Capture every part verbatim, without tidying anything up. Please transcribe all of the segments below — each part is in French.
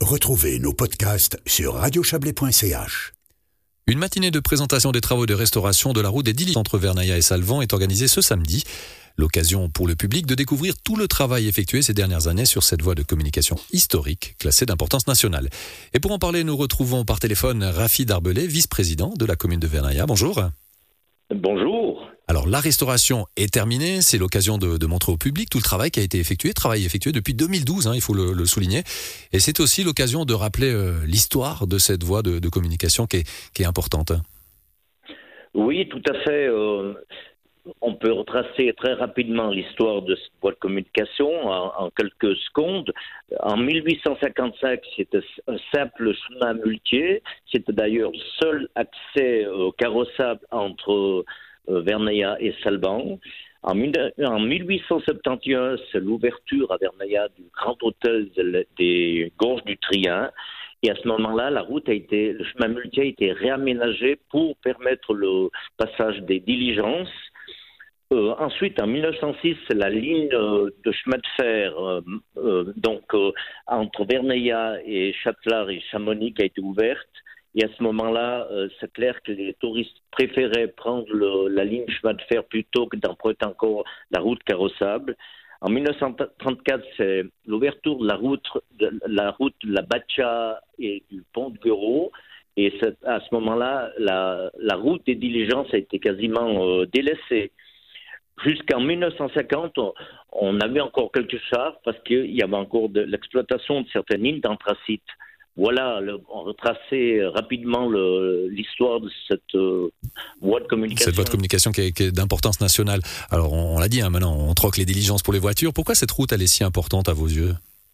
Retrouvez nos podcasts sur radio chablais point c h. Une matinée de présentation des travaux de restauration de la route des dix litres entre Vernaya et Salvan est organisée ce samedi. L'occasion pour le public de découvrir tout le travail effectué ces dernières années sur cette voie de communication historique classée d'importance nationale. Et pour en parler, nous retrouvons par téléphone Rafi Darbelay, vice-président de la commune de Vernaya. Bonjour. Bonjour. Alors la restauration est terminée, c'est l'occasion de, de montrer au public tout le travail qui a été effectué, travail effectué depuis deux mille douze, hein, il faut le, le souligner. Et c'est aussi l'occasion de rappeler euh, l'histoire de cette voie de, de communication qui est, qui est importante. Oui, tout à fait. Euh, on peut retracer très rapidement l'histoire de cette voie de communication en, en quelques secondes. En mille huit cent cinquante-cinq, c'était un simple chemin muletier. C'était d'ailleurs le seul accès euh, carrossable entre euh, Vernaya et Salvan. En, en mille huit cent soixante et onze, c'est l'ouverture à Vernaya du grand hôtel de, des Gorges du Trien. Et à ce moment-là, la route a été, le chemin muletier a été réaménagé pour permettre le passage des diligences. Euh, ensuite, en mille neuf cent six, la ligne euh, de chemin de fer euh, euh, donc euh, entre Vernaya et Châtelard et Chamonix a été ouverte. Et à ce moment-là, euh, c'est clair que les touristes préféraient prendre le, la ligne de chemin de fer plutôt que d'emprunter encore la route carrossable. En mille neuf cent trente-quatre, c'est l'ouverture de la route de la route de la Batcha et du pont de Guéraud. Et à ce moment-là, la, la route des diligences a été quasiment euh, délaissée. Jusqu'en mille neuf cent cinquante, on, on avait encore quelques chars parce qu'il y avait encore de l'exploitation de certaines lignes d'anthracite. Voilà, le, on retraçait rapidement le, l'histoire de cette euh, voie de communication. Cette voie de communication qui est, qui est d'importance nationale. Alors, on, on l'a dit, hein, maintenant, on troque les diligences pour les voitures. Pourquoi cette route, elle est si importante à vos yeux ?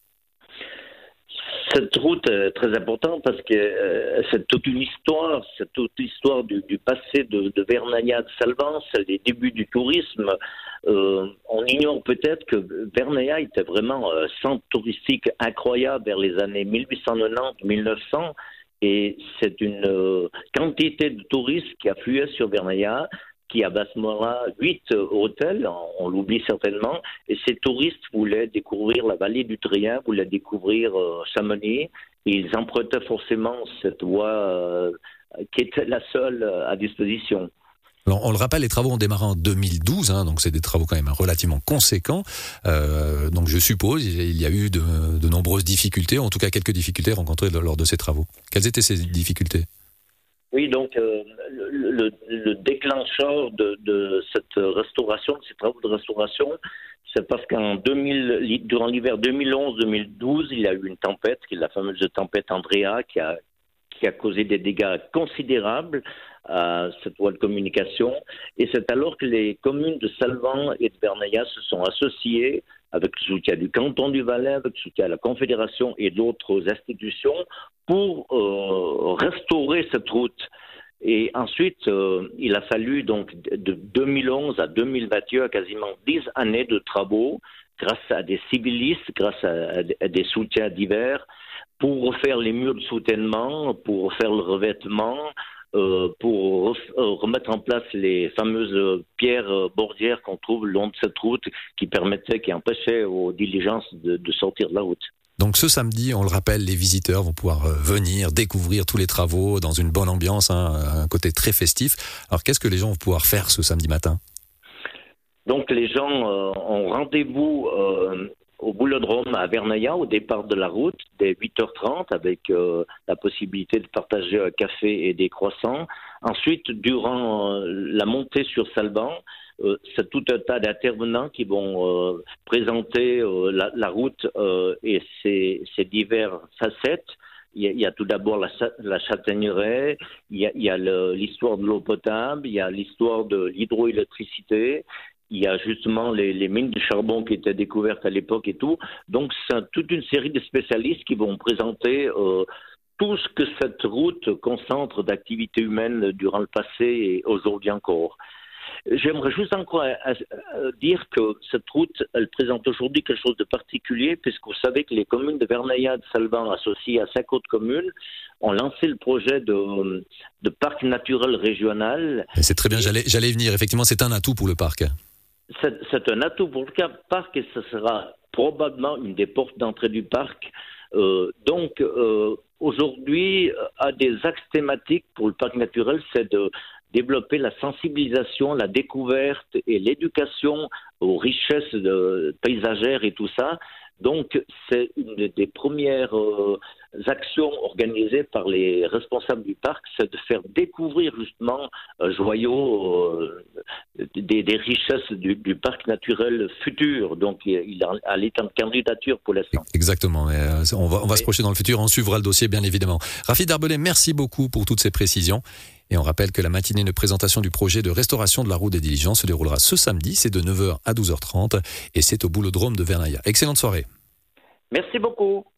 Cette route est très importante parce que euh, c'est toute une histoire, c'est toute l'histoire du, du passé de, de Vernaya de Salvan, c'est les débuts du tourisme. Euh, on ignore peut-être que Vernaya était vraiment un centre touristique incroyable vers les années mille huit cent quatre-vingt-dix mille neuf cents et c'est une euh, quantité de touristes qui affluaient sur Vernaya, qui avait à ce moment-là huit hôtels, on, on l'oublie certainement, et ces touristes voulaient découvrir la vallée du Trien, voulaient découvrir euh, Chamonix, et ils empruntaient forcément cette voie euh, qui était la seule euh, à disposition. Alors, on le rappelle, les travaux ont démarré en deux mille douze, hein, donc c'est des travaux quand même relativement conséquents. Euh, donc je suppose il y a eu de, de nombreuses difficultés, en tout cas quelques difficultés rencontrées lors de ces travaux. Quelles étaient ces difficultés ? Oui, donc euh, le, le, le déclencheur de, de cette restauration, de ces travaux de restauration, c'est parce qu'en deux mille, durant l'hiver deux mille onze deux mille douze, il y a eu une tempête, qui est la fameuse tempête Andrea, qui a, qui a causé des dégâts considérables à cette voie de communication. Et c'est alors que les communes de Salvan et de Vernaya se sont associées avec le soutien du canton du Valais, avec le soutien de la Confédération et d'autres institutions, pour euh, restaurer cette route. Et ensuite, euh, il a fallu donc de deux mille onze à deux mille vingt et un quasiment dix années de travaux, grâce à des civilistes, grâce à, à des soutiens divers, pour refaire les murs de soutènement, pour refaire le revêtement, euh, pour ref, euh, remettre en place les fameuses pierres euh, bordières qu'on trouve le long de cette route, qui permettaient, qui empêchaient aux diligences de, de sortir de la route. Donc ce samedi, on le rappelle, les visiteurs vont pouvoir venir découvrir tous les travaux dans une bonne ambiance, hein, un côté très festif. Alors qu'est-ce que les gens vont pouvoir faire ce samedi matin ? Donc les gens euh, ont rendez-vous euh, au Boulodrome à Vernaya, au départ de la route, dès huit heures trente, avec euh, la possibilité de partager un café et des croissants. Ensuite, durant euh, la montée sur Salvan, Euh, c'est tout un tas d'intervenants qui vont euh, présenter euh, la, la route euh, et ses, ses diverses facettes. Il y a, il y a tout d'abord la, la châtaigneraie, il y a, il y a le, l'histoire de l'eau potable, il y a l'histoire de l'hydroélectricité, il y a justement les, les mines de charbon qui étaient découvertes à l'époque et tout. Donc c'est toute une série de spécialistes qui vont présenter euh, tout ce que cette route concentre d'activités humaines durant le passé et aujourd'hui encore. J'aimerais juste encore dire que cette route, elle présente aujourd'hui quelque chose de particulier, puisque vous savez que les communes de Vernaya et de Salvan, associées à cinq autres communes, ont lancé le projet de, de parc naturel régional. Et c'est très bien, j'allais, j'allais y venir. Effectivement, c'est un atout pour le parc. C'est, c'est un atout pour le parc et ce sera probablement une des portes d'entrée du parc. Euh, donc, euh, aujourd'hui, un des axes thématiques pour le parc naturel, c'est de développer la sensibilisation, la découverte et l'éducation aux richesses de, paysagères et tout ça. Donc, c'est une des premières euh, actions organisées par les responsables du parc, c'est de faire découvrir justement un joyau euh, des, des richesses du, du parc naturel futur. Donc, il a l'état de candidature pour l'instant. Exactement. Euh, on va, on va oui. se projeter dans le futur. On suivra le dossier, bien évidemment. Rafid Darbelay, merci beaucoup pour toutes ces précisions. Et on rappelle que la matinée de présentation du projet de restauration de la route des Diligences se déroulera ce samedi. C'est de neuf heures à douze heures trente et c'est au Boulodrome de Vernaya. Excellente soirée. Merci beaucoup.